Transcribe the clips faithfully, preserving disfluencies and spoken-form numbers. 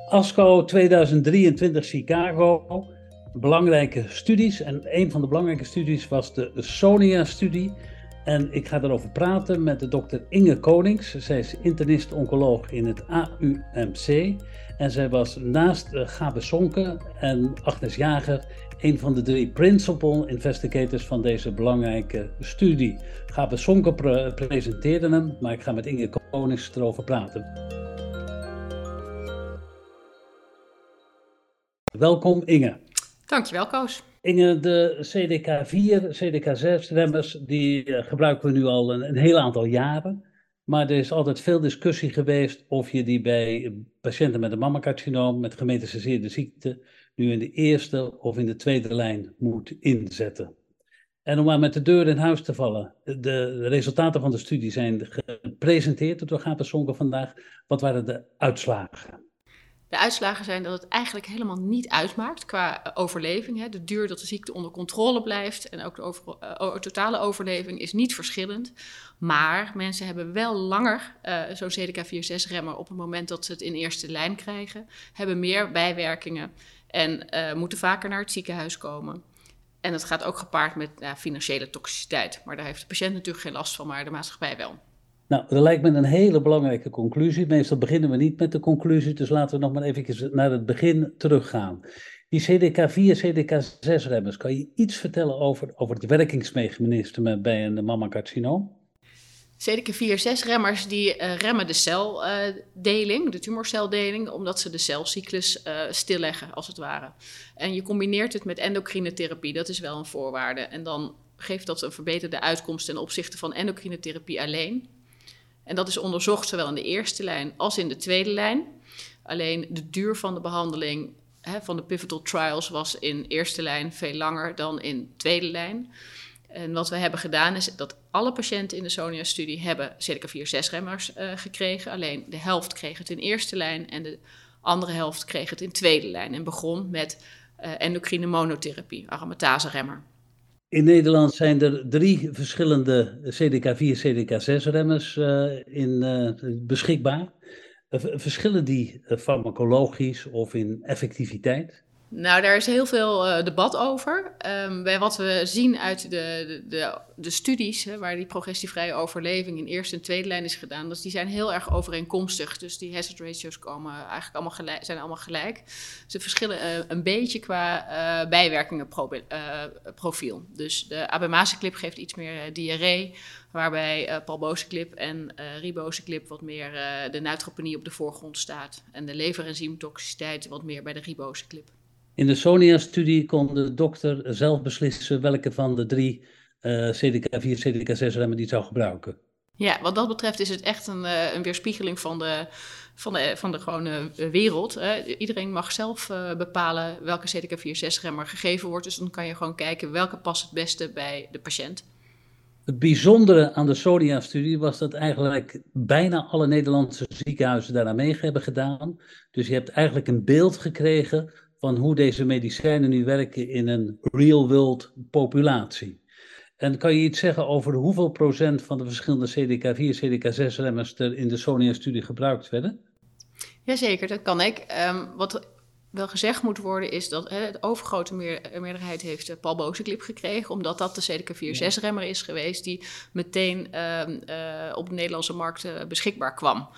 ASCO tweeduizend drieëntwintig Chicago, belangrijke studies. En een van de belangrijke studies was de SONIA-studie. En ik ga erover praten met de dokter Inge Konings. Zij is internist-oncoloog in het A U M C. En zij was naast uh, Gabe Sonke en Agnes Jager een van de drie principal investigators van deze belangrijke studie. Gabe Sonke pre- presenteerde hem, maar ik ga met Inge Konings erover praten. Welkom Inge. Dankjewel Koos. Inge, de C D K vier, C D K zes remmers, die uh, gebruiken we nu al een, een heel aantal jaren. Maar er is altijd veel discussie geweest of je die bij patiënten met een mammacarcinoom, met gemetastaseerde ziekte, nu in de eerste of in de tweede lijn moet inzetten. En om maar met de deur in huis te vallen, de, de resultaten van de studie zijn gepresenteerd door Gabe Sonke vandaag. Wat waren de uitslagen? De uitslagen zijn dat het eigenlijk helemaal niet uitmaakt qua overleving. Hè. De duur dat de ziekte onder controle blijft en ook de over, uh, totale overleving is niet verschillend. Maar mensen hebben wel langer uh, zo'n C D K vier zes remmer op het moment dat ze het in eerste lijn krijgen. Hebben meer bijwerkingen en uh, moeten vaker naar het ziekenhuis komen. En dat gaat ook gepaard met uh, financiële toxiciteit. Maar daar heeft de patiënt natuurlijk geen last van, maar de maatschappij wel. Nou, dat lijkt me een hele belangrijke conclusie. Meestal beginnen we niet met de conclusie, dus laten we nog maar even naar het begin teruggaan. Die C D K vier, C D K zes remmers, kan je iets vertellen over, over het werkingsmechanisme bij een mammacarcinoom? C D K vier zes remmers die uh, remmen de celdeling, uh, de tumorceldeling, omdat ze de celcyclus uh, stilleggen, als het ware. En je combineert het met endocrine therapie, dat is wel een voorwaarde. En dan geeft dat een verbeterde uitkomst ten opzichte van endocrine therapie alleen. En dat is onderzocht zowel in de eerste lijn als in de tweede lijn. Alleen de duur van de behandeling hè, van de pivotal trials was in eerste lijn veel langer dan in tweede lijn. En wat we hebben gedaan is dat alle patiënten in de SONIA-studie hebben C D K vier zes remmers uh, gekregen. Alleen de helft kreeg het in eerste lijn en de andere helft kreeg het in tweede lijn. En begon met uh, endocrine monotherapie, aromatase remmer. In Nederland zijn er drie verschillende C D K vier, C D K zes remmers uh, in, uh, beschikbaar. Uh, verschillen die uh, farmacologisch of in effectiviteit? Nou, daar is heel veel uh, debat over. Um, bij wat we zien uit de, de, de, de studies, hè, waar die progressievrije overleving in eerste en tweede lijn is gedaan, dus die zijn heel erg overeenkomstig. Dus die hazard ratios komen eigenlijk allemaal gelijk, zijn allemaal gelijk. Ze verschillen uh, een beetje qua uh, bijwerkingenprofiel. Uh, dus de abemaciclib geeft iets meer uh, diarree, waarbij uh, palbociclib en uh, ribociclib wat meer uh, de neutropenie op de voorgrond staat. En de leverenzymtoxiciteit wat meer bij de ribociclib. In de SONIA-studie kon de dokter zelf beslissen welke van de drie uh, C D K vier, C D K zes remmen die zou gebruiken. Ja, wat dat betreft is het echt een, uh, een weerspiegeling van de, van de, van de gewone wereld. Hè. Iedereen mag zelf uh, bepalen welke C D K vier zes remmer gegeven wordt. Dus dan kan je gewoon kijken welke past het beste bij de patiënt. Het bijzondere aan de SONIA-studie was dat eigenlijk bijna alle Nederlandse ziekenhuizen daaraan mee hebben gedaan. Dus je hebt eigenlijk een beeld gekregen van hoe deze medicijnen nu werken in een real-world populatie. En kan je iets zeggen over hoeveel procent van de verschillende C D K vier, C D K zes remmers er in de SONIA-studie gebruikt werden? Jazeker, dat kan ik. Um, wat wel gezegd moet worden is dat hè, de overgrote meer, meerderheid heeft uh, palbociclib gekregen, omdat dat de C D K vier zes remmer is geweest die meteen uh, uh, op de Nederlandse markt uh, beschikbaar kwam.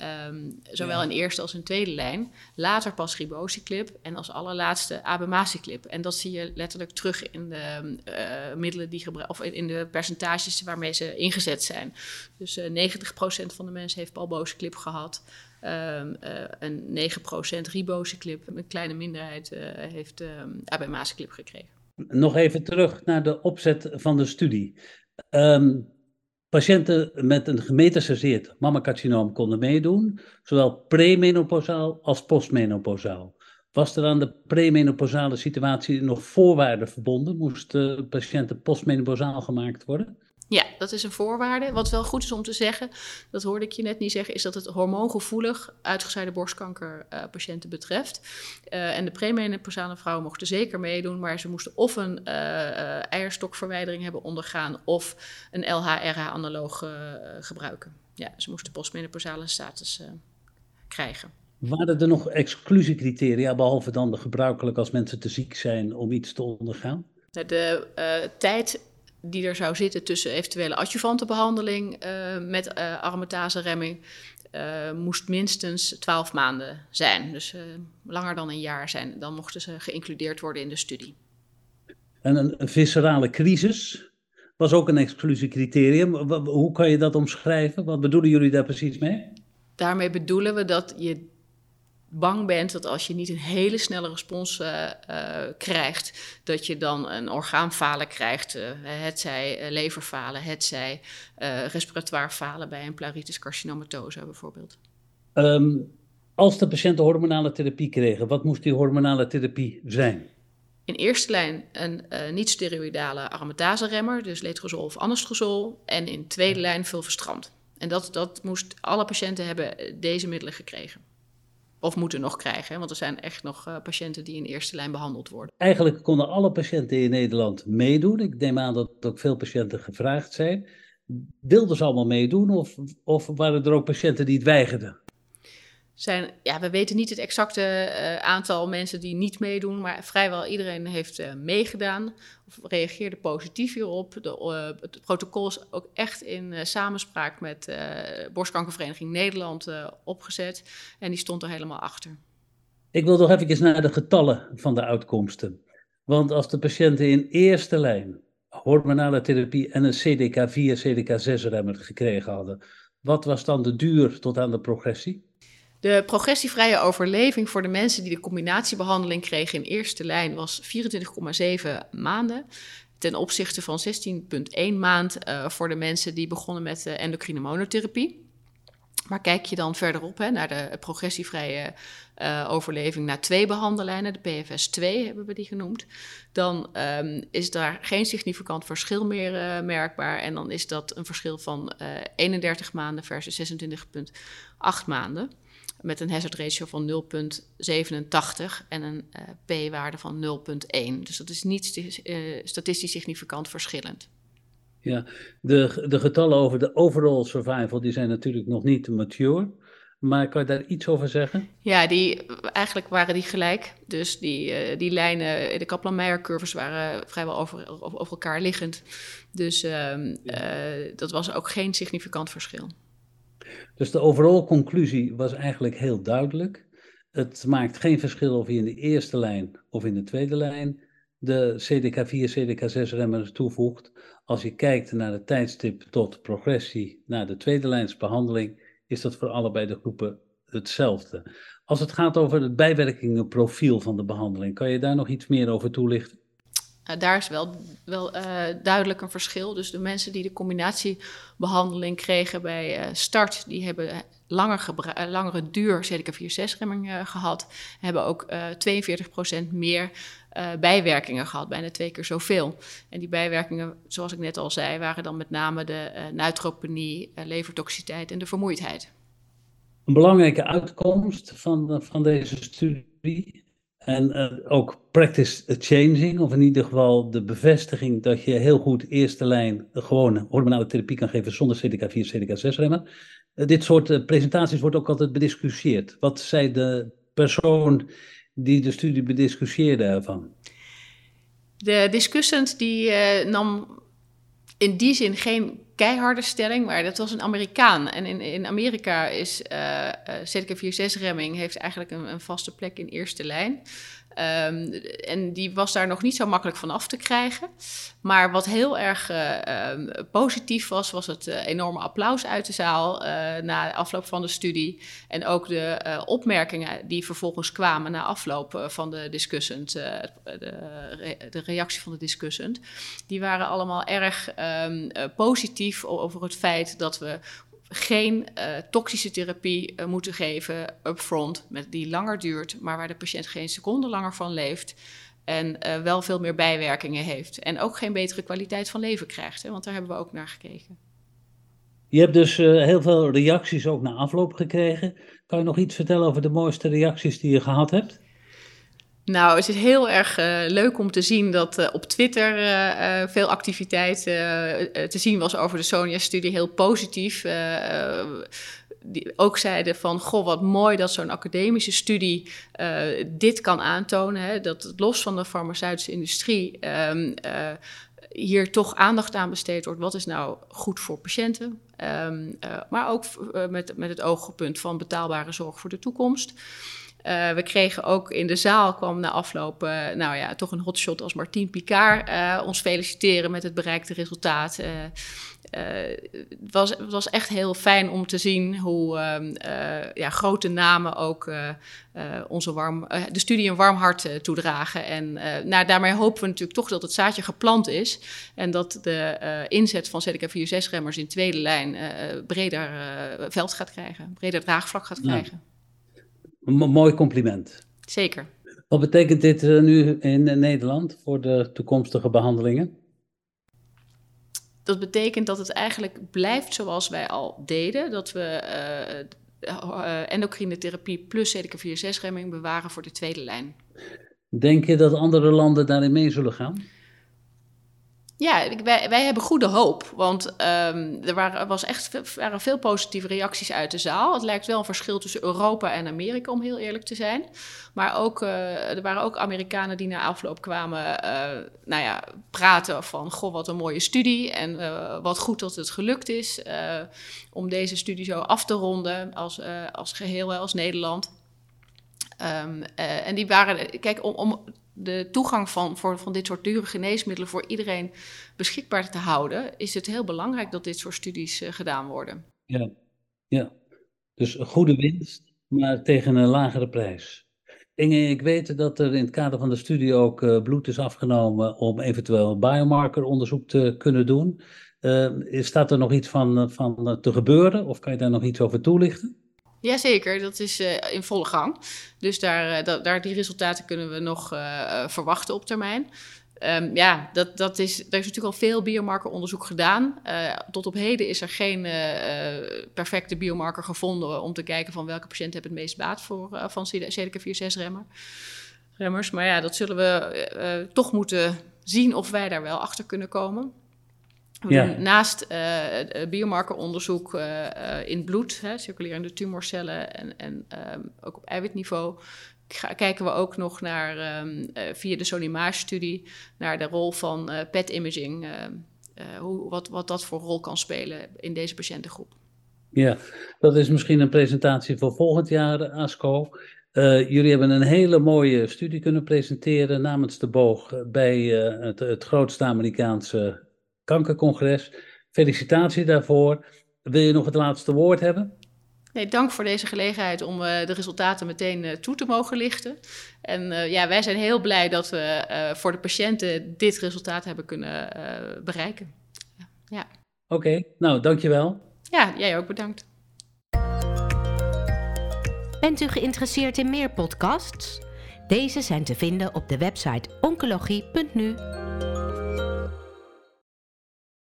Um, zowel ja. in eerste als in tweede lijn. Later pas ribociclib en als allerlaatste abemaciclib. En dat zie je letterlijk terug in de uh, middelen die gebru- of in de percentages waarmee ze ingezet zijn. Dus uh, negentig procent van de mensen heeft palbociclib gehad. Um, uh, en negen procent ribociclib. Een kleine minderheid uh, heeft uh, abemaciclib gekregen. Nog even terug naar de opzet van de studie. Um, Patiënten met een gemetastaseerd mammacarcinoom konden meedoen, zowel premenopausaal als postmenopausaal. Was er aan de premenopausale situatie nog voorwaarden verbonden? Moesten patiënten postmenopausaal gemaakt worden? Ja, dat is een voorwaarde. Wat wel goed is om te zeggen, dat hoorde ik je net niet zeggen, is dat het hormoongevoelig uitgezaaide borstkankerpatiënten uh, betreft. Uh, en de premenopausale vrouwen mochten zeker meedoen, maar ze moesten of een uh, uh, eierstokverwijdering hebben ondergaan of een L H R H-analoog uh, gebruiken. Ja, ze moesten postmenopausale status uh, krijgen. Waren er nog exclusiecriteria, behalve dan de gebruikelijk als mensen te ziek zijn om iets te ondergaan? De uh, tijd die er zou zitten tussen eventuele adjuvante behandeling uh, met uh, aromatase-remming uh, moest minstens twaalf maanden zijn. Dus uh, langer dan een jaar zijn. Dan mochten ze geïncludeerd worden in de studie. En een, een viscerale crisis was ook een exclusiecriterium. Hoe kan je dat omschrijven? Wat bedoelen jullie daar precies mee? Daarmee bedoelen we dat je bang bent dat als je niet een hele snelle respons uh, uh, krijgt, dat je dan een orgaanfalen krijgt, uh, hetzij uh, leverfalen, hetzij uh, respiratoire falen bij een pleuritis carcinomatose bijvoorbeeld. Um, als de patiënten hormonale therapie kregen, wat moest die hormonale therapie zijn? In eerste lijn een uh, niet-steroïdale aromatase-remmer, dus letrozol of anastrozol, en in tweede lijn fulvestrant. En dat, dat moest alle patiënten hebben deze middelen gekregen. Of moeten nog krijgen, hè? Want er zijn echt nog uh, patiënten die in eerste lijn behandeld worden. Eigenlijk konden alle patiënten in Nederland meedoen. Ik neem aan dat ook veel patiënten gevraagd zijn. Wilden ze allemaal meedoen of, of waren er ook patiënten die het weigerden? Zijn, ja, we weten niet het exacte uh, aantal mensen die niet meedoen, maar vrijwel iedereen heeft uh, meegedaan of reageerde positief hierop. De, uh, het protocol is ook echt in uh, samenspraak met uh, Borstkankervereniging Nederland uh, opgezet en die stond er helemaal achter. Ik wil nog even naar de getallen van de uitkomsten. Want als de patiënten in eerste lijn hormonale therapie en een C D K vier, C D K zes remmer gekregen hadden, wat was dan de duur tot aan de progressie? De progressievrije overleving voor de mensen die de combinatiebehandeling kregen in eerste lijn was vierentwintig komma zeven maanden. Ten opzichte van zestien komma één maand uh, voor de mensen die begonnen met uh, endocrine monotherapie. Maar kijk je dan verderop hè, naar de progressievrije uh, overleving na twee behandellijnen, de P F S twee hebben we die genoemd, dan um, is daar geen significant verschil meer uh, merkbaar. En dan is dat een verschil van uh, eenendertig maanden versus zesentwintig komma acht maanden. Met een hazard ratio van nul komma zevenentachtig en een uh, p-waarde van nul komma één. Dus dat is niet uh, statistisch significant verschillend. Ja, de, de getallen over de overall survival die zijn natuurlijk nog niet mature. Maar kan je daar iets over zeggen? Ja, die, eigenlijk waren die gelijk. Dus die, uh, die lijnen, de Kaplan-Meier-curves waren vrijwel over, over, over elkaar liggend. Dus uh, uh, dat was ook geen significant verschil. Dus de overall conclusie was eigenlijk heel duidelijk. Het maakt geen verschil of je in de eerste lijn of in de tweede lijn de C D K vier, C D K zes remmers toevoegt. Als je kijkt naar het tijdstip tot progressie naar de tweede lijnsbehandeling, is dat voor allebei de groepen hetzelfde. Als het gaat over het bijwerkingenprofiel van de behandeling, kan je daar nog iets meer over toelichten? Uh, daar is wel, wel uh, duidelijk een verschil. Dus de mensen die de combinatiebehandeling kregen bij uh, start, die hebben langer gebra- uh, langere duur C D K vier zes remming uh, gehad. Hebben ook uh, tweeënveertig procent meer uh, bijwerkingen gehad, bijna twee keer zoveel. En die bijwerkingen, zoals ik net al zei, waren dan met name de uh, neutropenie, uh, levertoxiciteit en de vermoeidheid. Een belangrijke uitkomst van, van deze studie. En uh, ook practice changing, of in ieder geval de bevestiging dat je heel goed eerste lijn gewoon hormonale therapie kan geven zonder C D K vier, C D K zes remmer. Uh, dit soort uh, presentaties wordt ook altijd bediscussieerd. Wat zei de persoon die de studie bediscussieerde ervan? De discussant die uh, nam in die zin geen keiharde stelling, maar dat was een Amerikaan. En in, in Amerika is uh, C D K vier zes remming heeft eigenlijk een, een vaste plek in eerste lijn. Um, en die was daar nog niet zo makkelijk van af te krijgen. Maar wat heel erg uh, um, positief was, was het uh, enorme applaus uit de zaal uh, na afloop van de studie. En ook de uh, opmerkingen die vervolgens kwamen na afloop uh, van de discussant, uh, de, re- de reactie van de discussant. Die waren allemaal erg um, uh, positief over het feit dat we geen uh, toxische therapie uh, moeten geven upfront, met die langer duurt, maar waar de patiënt geen seconde langer van leeft en uh, wel veel meer bijwerkingen heeft. En ook geen betere kwaliteit van leven krijgt, hè, want daar hebben we ook naar gekeken. Je hebt dus uh, heel veel reacties ook na afloop gekregen. Kan je nog iets vertellen over de mooiste reacties die je gehad hebt? Nou, het is heel erg uh, leuk om te zien dat uh, op Twitter uh, uh, veel activiteit uh, uh, te zien was over de SONIA-studie. Heel positief. Uh, uh, die ook zeiden van, goh, wat mooi dat zo'n academische studie uh, dit kan aantonen. Hè, dat het los van de farmaceutische industrie um, uh, hier toch aandacht aan besteed wordt. Wat is nou goed voor patiënten? Um, uh, maar ook uh, met, met het oogpunt van betaalbare zorg voor de toekomst. Uh, we kregen ook in de zaal, kwam na afloop, uh, nou ja, toch een hotshot als Martien Picard uh, ons feliciteren met het bereikte resultaat. Uh, uh, het, was, het was echt heel fijn om te zien hoe uh, uh, ja, grote namen ook uh, uh, onze warm, uh, de studie een warm hart uh, toedragen. En uh, nou, daarmee hopen we natuurlijk toch dat het zaadje geplant is en dat de uh, inzet van C D K vier zes remmers in tweede lijn uh, breder uh, veld gaat krijgen, breder draagvlak gaat krijgen. Ja. Een mooi compliment. Zeker. Wat betekent dit uh, nu in uh, Nederland voor de toekomstige behandelingen? Dat betekent dat het eigenlijk blijft zoals wij al deden. Dat we uh, uh, endocrine therapie plus C D K vier zes remming bewaren voor de tweede lijn. Denk je dat andere landen daarin mee zullen gaan? Ja, wij, wij hebben goede hoop, want um, er waren, was echt, waren veel positieve reacties uit de zaal. Het lijkt wel een verschil tussen Europa en Amerika, om heel eerlijk te zijn. Maar ook, uh, er waren ook Amerikanen die na afloop kwamen uh, nou ja, praten van, goh, wat een mooie studie en uh, wat goed dat het gelukt is uh, om deze studie zo af te ronden als, uh, als geheel, als Nederland. Um, uh, en die waren, kijk, om... om de toegang van, voor, van dit soort dure geneesmiddelen voor iedereen beschikbaar te houden, is het heel belangrijk dat dit soort studies uh, gedaan worden. Ja, ja, dus een goede winst, maar tegen een lagere prijs. Inge, ik weet dat er in het kader van de studie ook uh, bloed is afgenomen om eventueel biomarkeronderzoek te kunnen doen. Uh, staat er nog iets van, van uh, te gebeuren of kan je daar nog iets over toelichten? Jazeker, dat is uh, in volle gang. Dus daar, uh, da- daar die resultaten kunnen we nog uh, verwachten op termijn. Um, ja, dat, dat is, er is natuurlijk al veel biomarkeronderzoek gedaan. Uh, tot op heden is er geen uh, uh, perfecte biomarker gevonden om te kijken van welke patiënten hebben het meest baat voor uh, van C D K vier zes remmer, remmers. Maar ja, dat zullen we uh, toch moeten zien of wij daar wel achter kunnen komen. We ja. doen naast uh, biomarkeronderzoek uh, uh, in bloed, hè, circulerende tumorcellen en, en um, ook op eiwitniveau, Ga, kijken we ook nog naar, um, uh, via de Sonimage-studie, naar de rol van uh, P E T-imaging, uh, uh, hoe, wat, wat dat voor rol kan spelen in deze patiëntengroep. Ja, dat is misschien een presentatie voor volgend jaar, ASCO. Uh, jullie hebben een hele mooie studie kunnen presenteren namens de boog bij uh, het, het grootste Amerikaanse kankercongres. Felicitatie daarvoor. Wil je nog het laatste woord hebben? Nee, dank voor deze gelegenheid om uh, de resultaten meteen uh, toe te mogen lichten. En uh, ja, wij zijn heel blij dat we uh, voor de patiënten dit resultaat hebben kunnen uh, bereiken. Ja. Oké, okay, nou dankjewel. Ja, jij ook bedankt. Bent u geïnteresseerd in meer podcasts? Deze zijn te vinden op de website oncologie punt n u.